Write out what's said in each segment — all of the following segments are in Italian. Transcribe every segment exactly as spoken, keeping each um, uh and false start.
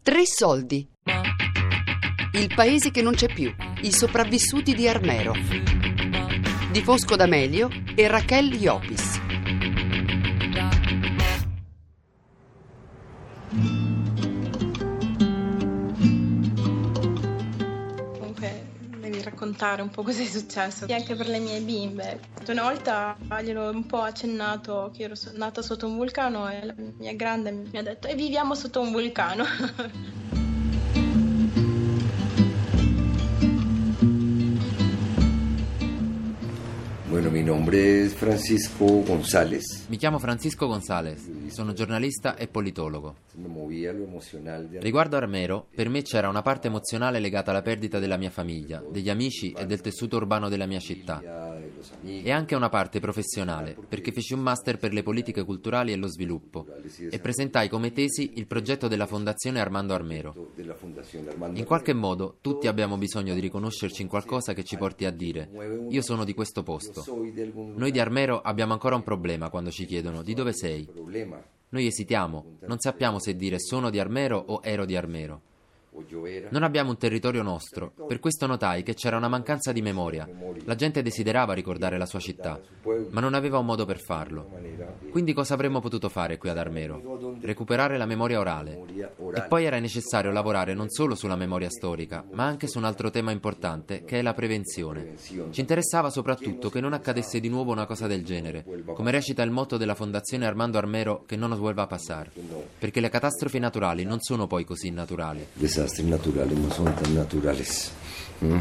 Tre soldi. Il paese che non c'è più. I sopravvissuti di Armero. Di Fosco D'Amelio e Raquel Llopis. Comunque devi raccontare un po' cosa è successo. E anche per le mie bimbe. Una volta gliel'ho un po' accennato che ero nata sotto un vulcano e la mia grande mi ha detto: e viviamo sotto un vulcano. Bueno, mi nombre es Francisco González. Mi chiamo Francisco González, sono giornalista e politologo. Me movía lo emocional de... Riguardo Armero, per me c'era una parte emozionale legata alla perdita della mia famiglia, degli amici e del tessuto urbano della mia città. E anche una parte professionale, perché feci un master per le politiche culturali e lo sviluppo e presentai come tesi il progetto della Fondazione Armando Armero. In qualche modo tutti abbiamo bisogno di riconoscerci in qualcosa che ci porti a dire: io sono di questo posto. Noi di Armero abbiamo ancora un problema quando ci chiedono: di dove sei? Noi esitiamo, non sappiamo se dire sono di Armero o ero di Armero. Non abbiamo un territorio nostro, per questo notai che c'era una mancanza di memoria. La gente desiderava ricordare la sua città, ma non aveva un modo per farlo. Quindi cosa avremmo potuto fare qui ad Armero? Recuperare la memoria orale. E poi era necessario lavorare non solo sulla memoria storica, ma anche su un altro tema importante, che è la prevenzione. Ci interessava soprattutto che non accadesse di nuovo una cosa del genere, come recita il motto della Fondazione Armando Armero, che non nos vuelva a pasar, perché le catastrofi naturali non sono poi così naturali. Desastres naturali non sono tan naturales. Mm?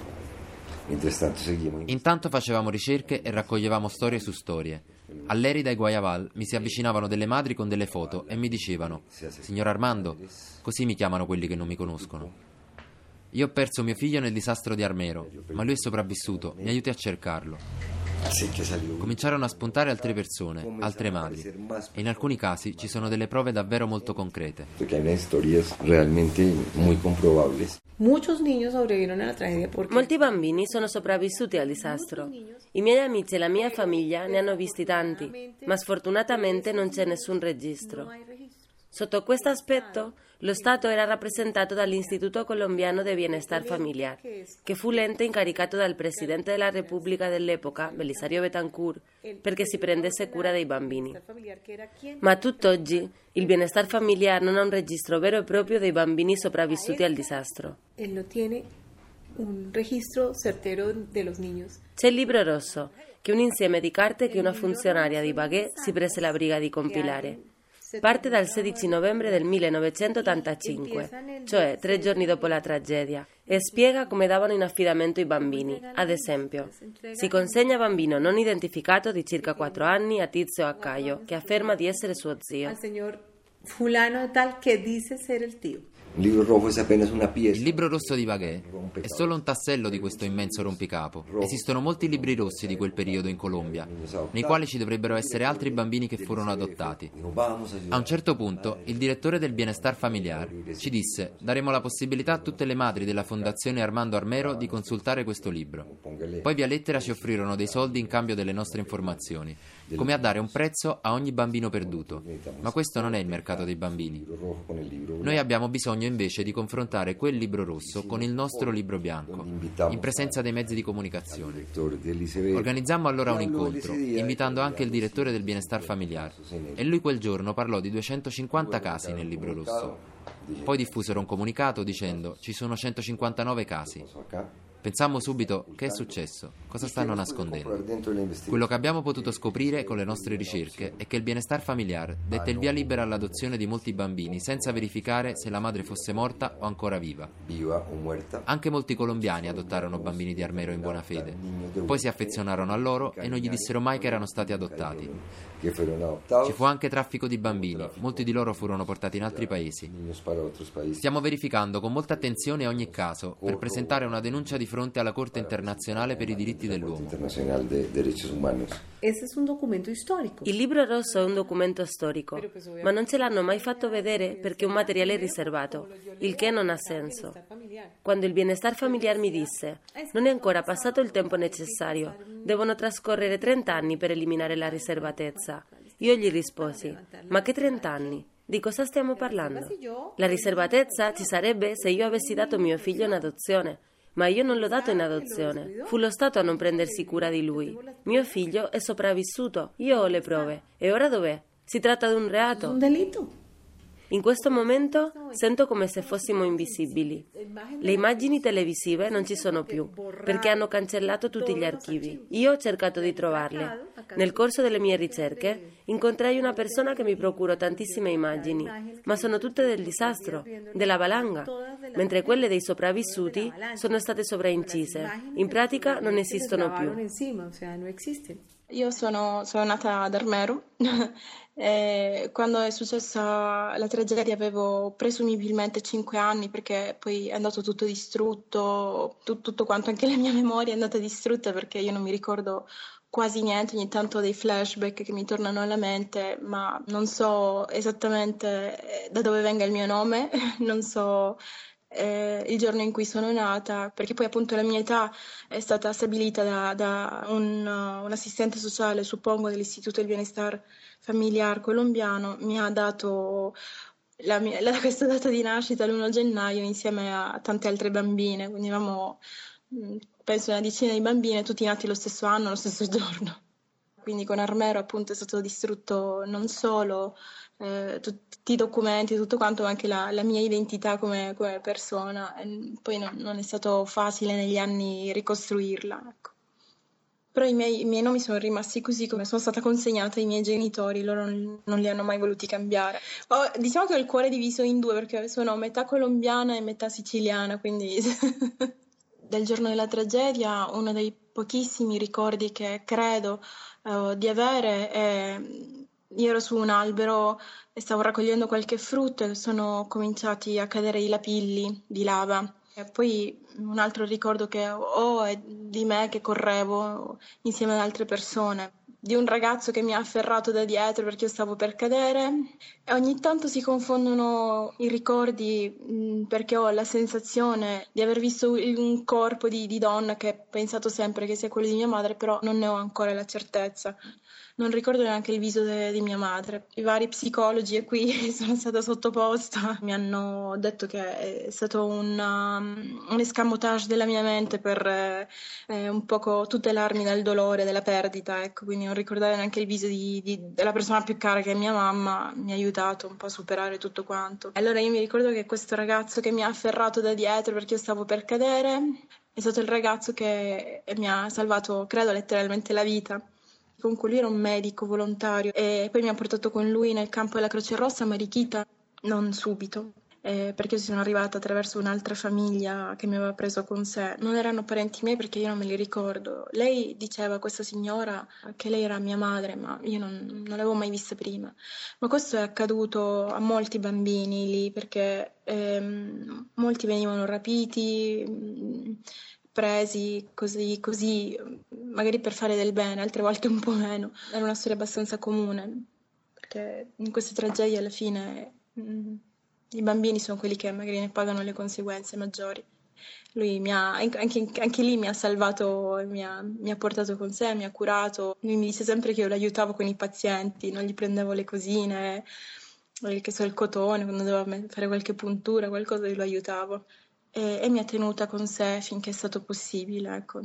Intanto facevamo ricerche e raccoglievamo storie su storie. All'Erida e Guayabal mi si avvicinavano delle madri con delle foto e mi dicevano: signor Armando, così mi chiamano quelli che non mi conoscono. Io ho perso mio figlio nel disastro di Armero, ma lui è sopravvissuto, mi aiuti a cercarlo. Cominciarono a spuntare altre persone, altre madri, e in alcuni casi ci sono delle prove davvero molto concrete. Perché hay storias realmente muy comprobables. Molti bambini sono sopravvissuti al disastro. I miei amici e la mia famiglia ne hanno visti tanti, ma sfortunatamente non c'è nessun registro. Sotto questo aspetto, lo Stato era rappresentato dall'Istituto Colombiano de Bienestar Familiar, che fu l'ente incaricato dal Presidente della Repubblica dell'epoca, Belisario Betancourt, perché si prendesse cura dei bambini. Ma a tutt'oggi il Bienestar Familiar non ha un registro vero e proprio dei bambini sopravvissuti al disastro. Él no tiene un registro certero de los niños. C'è il Libro Rosso, che è un insieme di carte che una funzionaria di Bagué si prese la briga di compilare. Parte dal sedici novembre del millenovecentottantacinque, cioè tre giorni dopo la tragedia, e spiega come davano in affidamento i bambini. Ad esempio, si consegna bambino non identificato di circa quattro anni a Tizio Accaio, che afferma di essere suo zio. Al signor fulano tal che dice ser el tío. Il libro rojo è appena una pieza. Il Libro Rosso di Bagué è solo un tassello di questo immenso rompicapo. Esistono molti libri rossi di quel periodo in Colombia, nei quali ci dovrebbero essere altri bambini che furono adottati. A un certo punto, il direttore del Bienestar Familiar ci disse: daremo la possibilità a tutte le madri della Fondazione Armando Armero di consultare questo libro. Poi via lettera ci offrirono dei soldi in cambio delle nostre informazioni, come a dare un prezzo a ogni bambino perduto. Ma questo non è il mercato dei bambini. Noi abbiamo bisogno invece di confrontare quel libro rosso con il nostro libro bianco, in presenza dei mezzi di comunicazione. Organizzammo allora un incontro, invitando anche il direttore del Bienestar Familiar, e lui quel giorno parlò di duecentocinquanta casi nel libro rosso. Poi diffusero un comunicato dicendo: ci sono centocinquantanove casi. Pensammo subito: che è successo? Cosa stanno nascondendo? Quello che abbiamo potuto scoprire con le nostre ricerche è che il Bienestar Familiar dette il via libera all'adozione di molti bambini senza verificare se la madre fosse morta o ancora viva. Anche molti colombiani adottarono bambini di Armero in buona fede. Poi si affezionarono a loro e non gli dissero mai che erano stati adottati. Ci fu anche traffico di bambini, molti di loro furono portati in altri paesi. Stiamo verificando con molta attenzione ogni caso per presentare una denuncia di fronte alla Corte internazionale per i diritti dell'uomo. Ese es un documento storico. Il Libro Rosso è un documento storico, ma non ce l'hanno mai fatto vedere perché è un materiale riservato, il che non ha senso. Quando il Bienestar Familiar mi disse: non è ancora passato il tempo necessario, devono trascorrere trenta anni per eliminare la riservatezza, io gli risposi: ma che trenta anni? Di cosa stiamo parlando? La riservatezza ci sarebbe se io avessi dato mio figlio in adozione, ma io non l'ho dato in adozione. Fu lo Stato a non prendersi cura di lui. Mio figlio è sopravvissuto, io ho le prove. E ora dov'è? Si tratta di un reato. Un delitto. In questo momento sento come se fossimo invisibili. Le immagini televisive non ci sono più, perché hanno cancellato tutti gli archivi. Io ho cercato di trovarle. Nel corso delle mie ricerche incontrai una persona che mi procurò tantissime immagini, ma sono tutte del disastro, della valanga, mentre quelle dei sopravvissuti sono state sovraincise. In pratica non esistono più. Io sono, sono nata ad Armero e quando è successa la tragedia avevo presumibilmente cinque anni, perché poi è andato tutto distrutto, tu, tutto quanto, anche la mia memoria è andata distrutta perché io non mi ricordo quasi niente, ogni tanto ho dei flashback che mi tornano alla mente, ma non so esattamente da dove venga il mio nome, non so Eh, il giorno in cui sono nata, perché poi appunto la mia età è stata stabilita da, da un, uh, un assistente sociale, suppongo, dell'Istituto del Bienestar Familiar colombiano, mi ha dato la mia, la, questa data di nascita l'primo gennaio insieme a tante altre bambine, quindi avevamo penso una decina di bambine, tutti nati lo stesso anno, lo stesso giorno. Quindi con Armero appunto è stato distrutto non solo eh, tutti i documenti, tutto quanto, ma anche la, la mia identità come, come persona. E poi non, non è stato facile negli anni ricostruirla, ecco. Però i miei, i miei nomi sono rimasti così come sono stata consegnata ai miei genitori, loro non, non li hanno mai voluti cambiare. Oh, diciamo che ho il cuore diviso in due perché sono metà colombiana e metà siciliana, quindi del giorno della tragedia uno dei pochissimi ricordi che credo uh, di avere è io ero su un albero e stavo raccogliendo qualche frutto e sono cominciati a cadere i lapilli di lava. E poi un altro ricordo che ho è di me che correvo insieme ad altre persone, di un ragazzo che mi ha afferrato da dietro perché io stavo per cadere, e ogni tanto si confondono i ricordi mh, perché ho la sensazione di aver visto un corpo di, di donna che ho pensato sempre che sia quello di mia madre, però non ne ho ancora la certezza. Non ricordo neanche il viso de, di mia madre. I vari psicologi a cui sono stata sottoposta mi hanno detto che è stato un, um, un escamotage della mia mente per eh, un poco tutelarmi dal dolore, della perdita, ecco. Quindi non ricordare neanche il viso di, di, della persona più cara che è mia mamma mi ha aiutato un po' a superare tutto quanto. Allora io mi ricordo che questo ragazzo che mi ha afferrato da dietro perché io stavo per cadere è stato il ragazzo che mi ha salvato, credo, letteralmente la vita. Comunque lui era un medico volontario e poi mi ha portato con lui nel campo della Croce Rossa a Marichita, non subito, eh, perché io sono arrivata attraverso un'altra famiglia che mi aveva preso con sé. Non erano parenti miei perché io non me li ricordo. Lei diceva, questa signora, che lei era mia madre, ma io non, non l'avevo mai vista prima. Ma questo è accaduto a molti bambini lì perché ehm, molti venivano rapiti, mh, presi così, così, magari per fare del bene, altre volte un po' meno. Era una storia abbastanza comune, perché in queste tragedie alla fine mh, i bambini sono quelli che magari ne pagano le conseguenze maggiori. Lui mi ha, anche, anche lì mi ha salvato, mi ha, mi ha portato con sé, mi ha curato. Lui mi dice sempre che io lo aiutavo con i pazienti, non gli prendevo le cosine, che so, il cotone, quando doveva fare qualche puntura, qualcosa, io lo aiutavo. E, e mi ha tenuta con sé finché è stato possibile, ecco.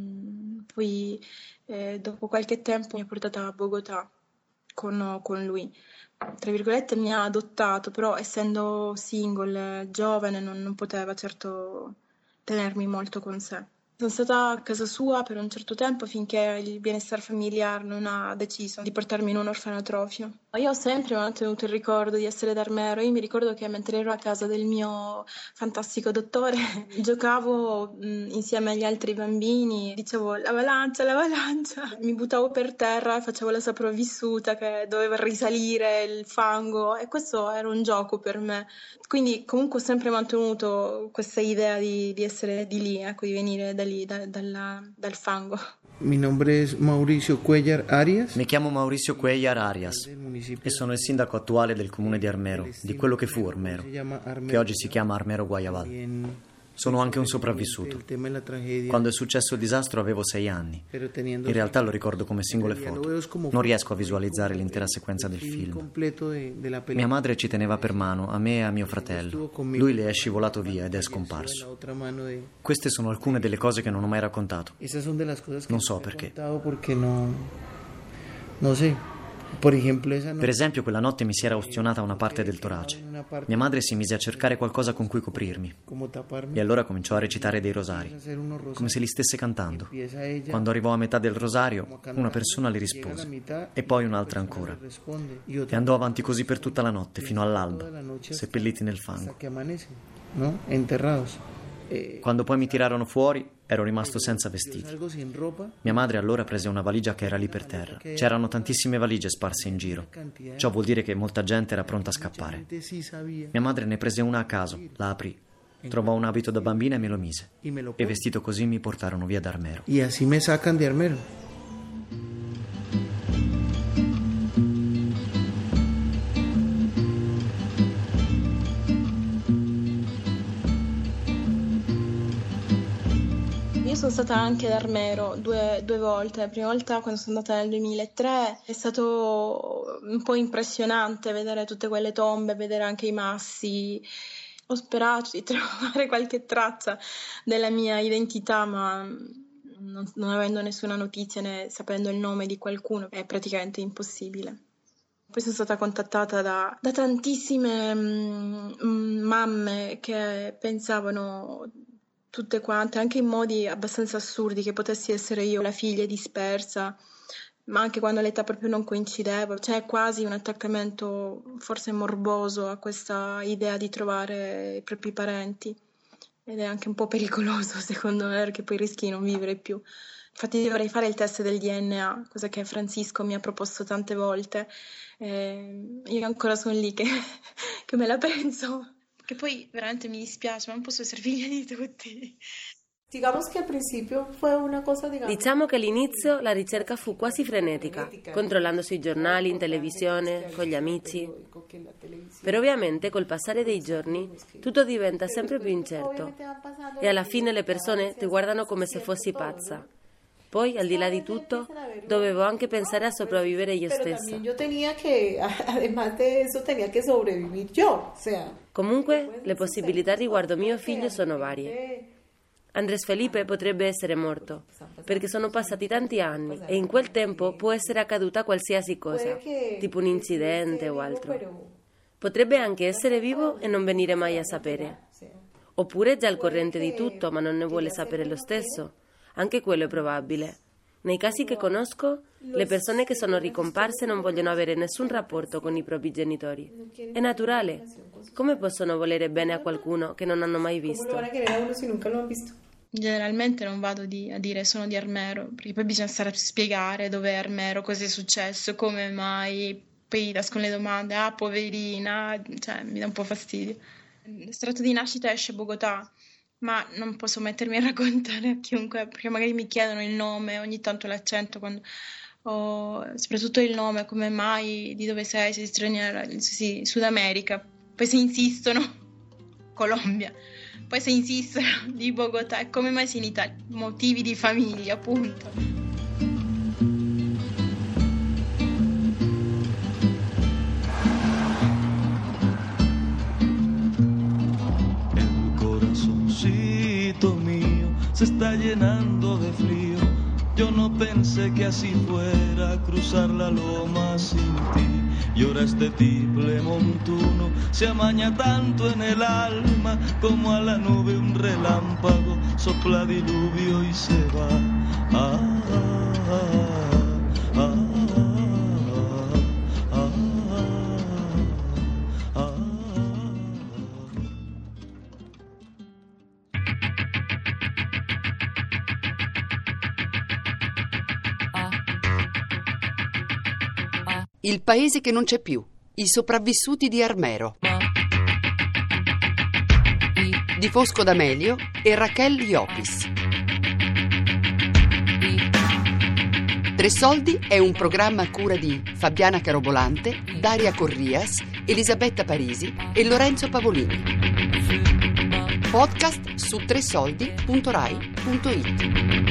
Mm, poi eh, dopo qualche tempo mi ha portata a Bogotà con, con lui. Tra virgolette mi ha adottato, però essendo single, giovane, non, non poteva certo tenermi molto con sé. Sono stata a casa sua per un certo tempo finché il Bienestar Familiar non ha deciso di portarmi in un orfanotrofio. Io ho sempre mantenuto il ricordo di essere ad Armero. Io mi ricordo che mentre ero a casa del mio fantastico dottore giocavo mh, insieme agli altri bambini, dicevo l'avalancia, l'avalancia. Mi buttavo per terra e facevo la sopravvissuta che doveva risalire il fango, e questo era un gioco per me. Quindi comunque ho sempre mantenuto questa idea di, di essere di lì, ecco, di venire da lì, da, dalla, dal fango. Mi nome è Mauricio Cuellar Arias. Mi chiamo Mauricio Cuellar Arias e sono il sindaco attuale del comune di Armero, di quello che fu Armero, che oggi si chiama Armero Guayabal. Sono anche un sopravvissuto. Quando è successo il disastro avevo sei anni. In realtà lo ricordo come singole foto. Non riesco a visualizzare l'intera sequenza del film. Mia madre ci teneva per mano, a me e a mio fratello. Lui le è scivolato via ed è scomparso. Queste sono alcune delle cose che non ho mai raccontato. Non so perché. Per esempio, quella notte mi si era ustionata una parte del torace. Mia madre si mise a cercare qualcosa con cui coprirmi e allora cominciò a recitare dei rosari, come se li stesse cantando. Quando arrivò a metà del rosario, una persona le rispose e poi un'altra ancora. E andò avanti così per tutta la notte, fino all'alba, seppelliti nel fango. Quando poi mi tirarono fuori, ero rimasto senza vestiti. Mia madre allora prese una valigia che era lì per terra. C'erano tantissime valigie sparse in giro. Ciò vuol dire che molta gente era pronta a scappare. Mia madre ne prese una a caso, la aprì, trovò un abito da bambina e me lo mise. E vestito così mi portarono via da Armero. E así me sacan di Armero. Sono stata anche ad Armero due, due volte. La prima volta quando sono andata nel duemilatré è stato un po' impressionante vedere tutte quelle tombe, vedere anche i massi. Ho sperato di trovare qualche traccia della mia identità, ma non, non avendo nessuna notizia né sapendo il nome di qualcuno è praticamente impossibile. Poi sono stata contattata da, da tantissime mm, mamme che pensavano tutte quante, anche in modi abbastanza assurdi, che potessi essere io la figlia dispersa, ma anche quando l'età proprio non coincideva. C'è quasi un attaccamento forse morboso a questa idea di trovare i propri parenti, ed è anche un po' pericoloso secondo me, perché poi rischi di non vivere più. Infatti dovrei fare il test del D N A, cosa che Francisco mi ha proposto tante volte. E io ancora sono lì che, che me la penso. Che poi veramente mi dispiace, ma non posso essere figlia di tutti. Diciamo che all'inizio la ricerca fu quasi frenetica, controllando sui giornali, in televisione, con gli amici. Però ovviamente col passare dei giorni tutto diventa sempre più incerto e alla fine le persone ti guardano come se fossi pazza. Poi, al di là di tutto, dovevo anche pensare a sopravvivere io stessa. Comunque, le possibilità riguardo mio figlio sono varie. Andrés Felipe potrebbe essere morto, perché sono passati tanti anni e in quel tempo può essere accaduta qualsiasi cosa, tipo un incidente o altro. Potrebbe anche essere vivo e non venire mai a sapere. Oppure già al corrente di tutto, ma non ne vuole sapere lo stesso. Anche quello è probabile. Nei casi che conosco, le persone che sono ricomparse non vogliono avere nessun rapporto con i propri genitori. È naturale. Come possono volere bene a qualcuno che non hanno mai visto? Generalmente non vado di, a dire sono di Armero, perché poi bisogna stare a spiegare dove è Armero, cosa è successo, come mai, poi nascono le domande, ah poverina, cioè mi dà un po' fastidio. Il strato di nascita esce a Bogotà, ma non posso mettermi a raccontare a chiunque, perché magari mi chiedono il nome, ogni tanto l'accento, quando ho, soprattutto il nome, come mai, di dove sei, sei straniera, sì, Sud America, poi se insistono, Colombia, poi se insistono di Bogotà, e come mai sei in Italia, motivi di famiglia, appunto. Mío se está llenando de frío. Yo no pensé que así fuera a cruzar la loma sin ti. Y ahora este tiple montuno se amaña tanto en el alma como a la nube un relámpago sopla diluvio y se va. Ah, ah, ah, ah. Il paese che non c'è più. I sopravvissuti di Armero. Di Fosco D'Amelio e Raquel Llopis. Tre Soldi è un programma a cura di Fabiana Carobolante, Daria Corrias, Elisabetta Parisi e Lorenzo Pavolini. Podcast su tresoldi punto rai punto it.